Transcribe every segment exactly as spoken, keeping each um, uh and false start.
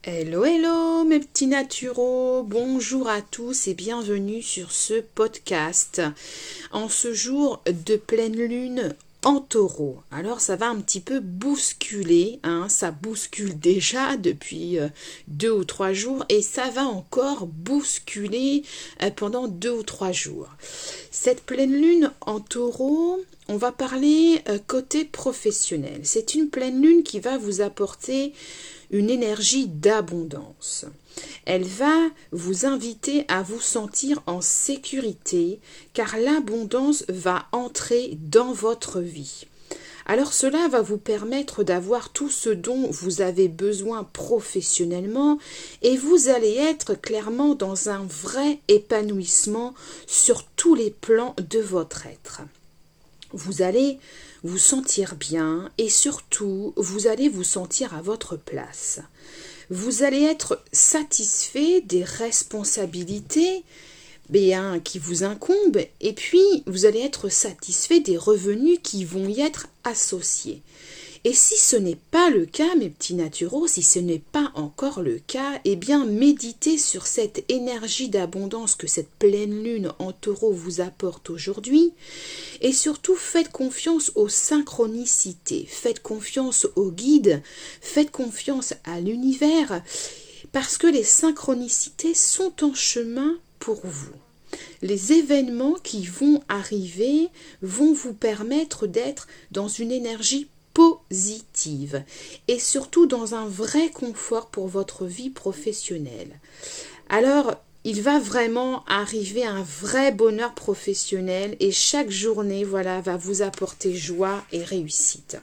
Hello, hello mes petits naturaux, bonjour à tous et bienvenue sur ce podcast en ce jour de pleine lune en taureau. Alors ça va un petit peu bousculer, hein, ça bouscule déjà depuis euh, deux ou trois jours et ça va encore bousculer euh, pendant deux ou trois jours. Cette pleine lune en taureau, on va parler euh, côté professionnel. C'est une pleine lune qui va vous apporter une énergie d'abondance. Elle va vous inviter à vous sentir en sécurité car l'abondance va entrer dans votre vie. Alors cela va vous permettre d'avoir tout ce dont vous avez besoin professionnellement et vous allez être clairement dans un vrai épanouissement sur tous les plans de votre être. Vous allez vous sentir bien et surtout, vous allez vous sentir à votre place. Vous allez être satisfait des responsabilités bien, qui vous incombent et puis vous allez être satisfait des revenus qui vont y être associés. Et si ce n'est pas le cas, mes petits naturaux, si ce n'est pas encore le cas, eh bien méditez sur cette énergie d'abondance que cette pleine lune en taureau vous apporte aujourd'hui et surtout faites confiance aux synchronicités, faites confiance aux guides, faites confiance à l'univers parce que les synchronicités sont en chemin pour vous. Les événements qui vont arriver vont vous permettre d'être dans une énergie positive et surtout dans un vrai confort pour votre vie professionnelle. Alors, il va vraiment arriver un vrai bonheur professionnel et chaque journée, voilà, va vous apporter joie et réussite.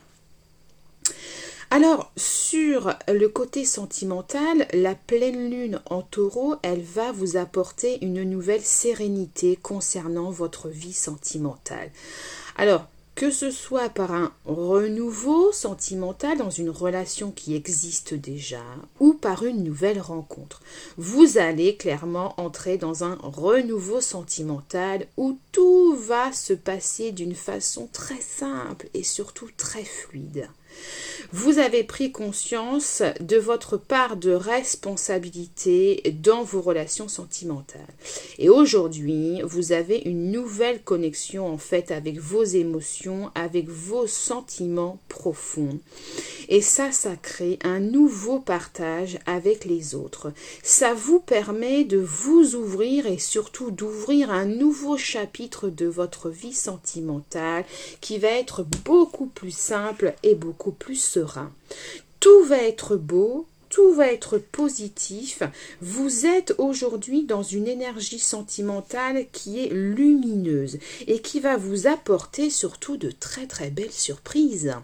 Alors, sur le côté sentimental, la pleine lune en taureau, elle va vous apporter une nouvelle sérénité concernant votre vie sentimentale. Alors, que ce soit par un renouveau sentimental dans une relation qui existe déjà ou par une nouvelle rencontre, vous allez clairement entrer dans un renouveau sentimental où tout va se passer d'une façon très simple et surtout très fluide. Vous avez pris conscience de votre part de responsabilité dans vos relations sentimentales. Et aujourd'hui, vous avez une nouvelle connexion en fait avec vos émotions, avec vos sentiments profonds. Et ça, ça crée un nouveau partage avec les autres. Ça vous permet de vous ouvrir et surtout d'ouvrir un nouveau chapitre de votre vie sentimentale qui va être beaucoup plus simple et beaucoup plus serein. Tout va être beau, tout va être positif. Vous êtes aujourd'hui dans une énergie sentimentale qui est lumineuse et qui va vous apporter surtout de très très belles surprises.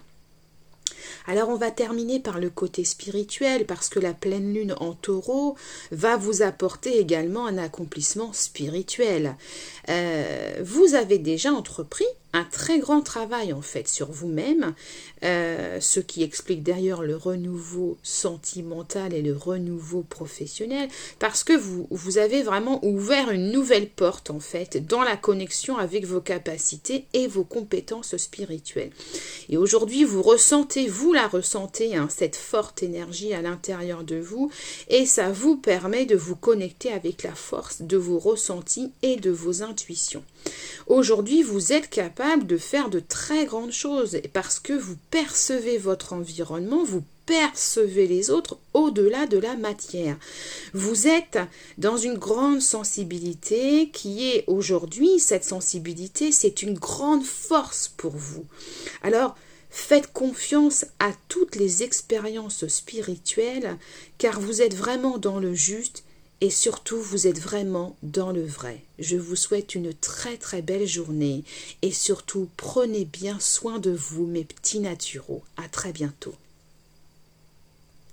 Alors on va terminer par le côté spirituel parce que la pleine lune en taureau va vous apporter également un accomplissement spirituel. Euh, vous avez déjà entrepris un très grand travail en fait sur vous-même, euh, ce qui explique d'ailleurs le renouveau sentimental et le renouveau professionnel, parce que vous, vous avez vraiment ouvert une nouvelle porte en fait dans la connexion avec vos capacités et vos compétences spirituelles. Et aujourd'hui vous ressentez, vous la ressentez, hein, cette forte énergie à l'intérieur de vous et ça vous permet de vous connecter avec la force de vos ressentis et de vos intuitions. Aujourd'hui, vous êtes capable de faire de très grandes choses parce que vous percevez votre environnement, vous percevez les autres au-delà de la matière. Vous êtes dans une grande sensibilité qui est aujourd'hui, cette sensibilité, c'est une grande force pour vous. Alors, faites confiance à toutes les expériences spirituelles car vous êtes vraiment dans le juste et surtout, vous êtes vraiment dans le vrai. Je vous souhaite une très très belle journée et surtout, prenez bien soin de vous, mes petits naturaux. À très bientôt.